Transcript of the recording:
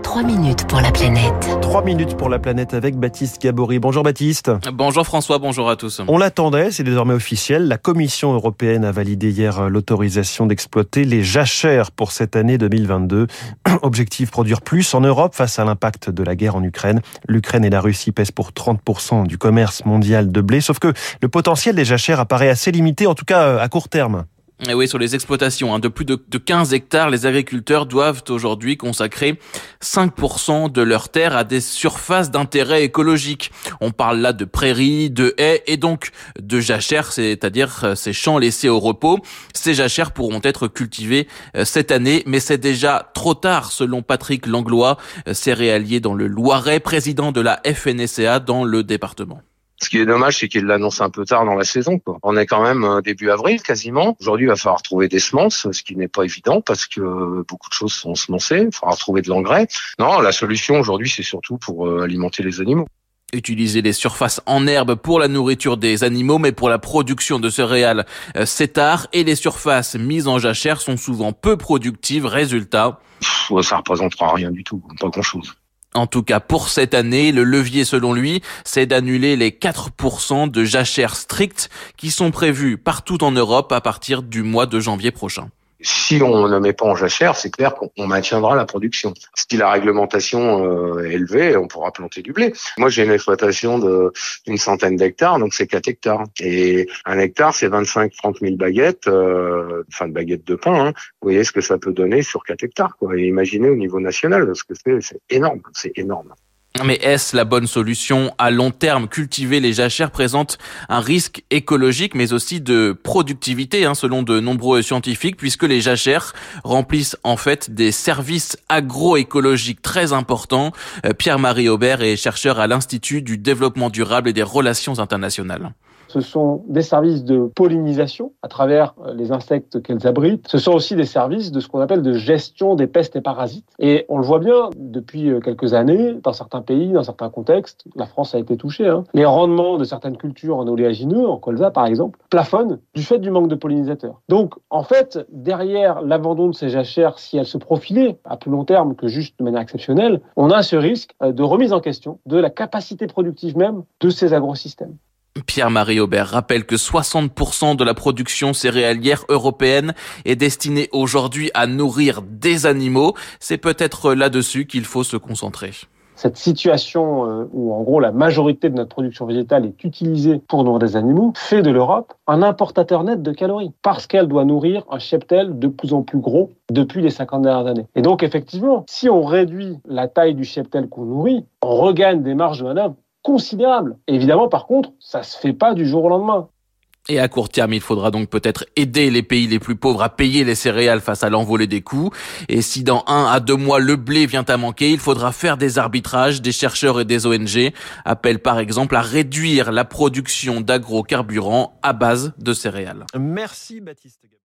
3 minutes pour la planète. 3 minutes pour la planète avec Baptiste Gabory. Bonjour Baptiste. Bonjour François, bonjour à tous. On l'attendait, c'est désormais officiel. La Commission européenne a validé hier l'autorisation d'exploiter les jachères pour cette année 2022. Objectif, produire plus en Europe face à l'impact de la guerre en Ukraine. L'Ukraine et la Russie pèsent pour 30% du commerce mondial de blé. Sauf que le potentiel des jachères apparaît assez limité, en tout cas à court terme. Et oui, sur les exploitations de plus de 15 hectares, les agriculteurs doivent aujourd'hui consacrer 5% de leurs terres à des surfaces d'intérêt écologique. On parle là de prairies, de haies et donc de jachères, c'est-à-dire ces champs laissés au repos. Ces jachères pourront être cultivées cette année, mais c'est déjà trop tard selon Patrick Langlois, céréalier dans le Loiret, président de la FNSEA dans le département. Ce qui est dommage, c'est qu'il l'annonce un peu tard dans la saison, quoi. On est quand même début avril, quasiment. Aujourd'hui, il va falloir trouver des semences, ce qui n'est pas évident parce que beaucoup de choses sont semencées. Il faudra trouver de l'engrais. Non, la solution aujourd'hui, c'est surtout pour alimenter les animaux. Utiliser les surfaces en herbe pour la nourriture des animaux, mais pour la production de céréales, c'est tard. Et les surfaces mises en jachère sont souvent peu productives. Résultat, ça représentera rien du tout, pas grand-chose. En tout cas, pour cette année, le levier, selon lui, c'est d'annuler les 4% de jachères strictes qui sont prévues partout en Europe à partir du mois de janvier prochain. Si on ne met pas en jachère, c'est clair qu'on maintiendra la production. Si la réglementation est élevée, on pourra planter du blé. Moi, j'ai une exploitation d'une centaine d'hectares, donc c'est 4 hectares. Et un hectare, c'est 25-30 000 baguettes, de baguettes de pain. Vous voyez ce que ça peut donner sur 4 hectares, quoi. Et imaginez au niveau national, parce que c'est énorme, c'est énorme. Mais est-ce la bonne solution à long terme? Cultiver les jachères présente un risque écologique, mais aussi de productivité, selon de nombreux scientifiques, puisque les jachères remplissent en fait des services agroécologiques très importants. Pierre-Marie Aubert est chercheur à l'Institut du développement durable et des relations internationales. Ce sont des services de pollinisation à travers les insectes qu'elles abritent. Ce sont aussi des services de ce qu'on appelle de gestion des pestes et parasites. Et on le voit bien depuis quelques années, dans certains pays, dans certains contextes, la France a été touchée. Les rendements de certaines cultures en oléagineux, en colza par exemple, plafonnent du fait du manque de pollinisateurs. Donc en fait, derrière l'abandon de ces jachères, si elles se profilaient à plus long terme que juste de manière exceptionnelle, on a ce risque de remise en question de la capacité productive même de ces agrosystèmes. Pierre-Marie Aubert rappelle que 60% de la production céréalière européenne est destinée aujourd'hui à nourrir des animaux. C'est peut-être là-dessus qu'il faut se concentrer. Cette situation où en gros la majorité de notre production végétale est utilisée pour nourrir des animaux fait de l'Europe un importateur net de calories parce qu'elle doit nourrir un cheptel de plus en plus gros depuis les 50 dernières années. Et donc effectivement, si on réduit la taille du cheptel qu'on nourrit, on regagne des marges de manœuvre considérable. Évidemment, par contre, ça se fait pas du jour au lendemain. Et à court terme, il faudra donc peut-être aider les pays les plus pauvres à payer les céréales face à l'envolée des coûts. Et si dans 1 à 2 mois, le blé vient à manquer, il faudra faire des arbitrages. Des chercheurs et des ONG appellent par exemple à réduire la production d'agrocarburants à base de céréales. Merci Baptiste.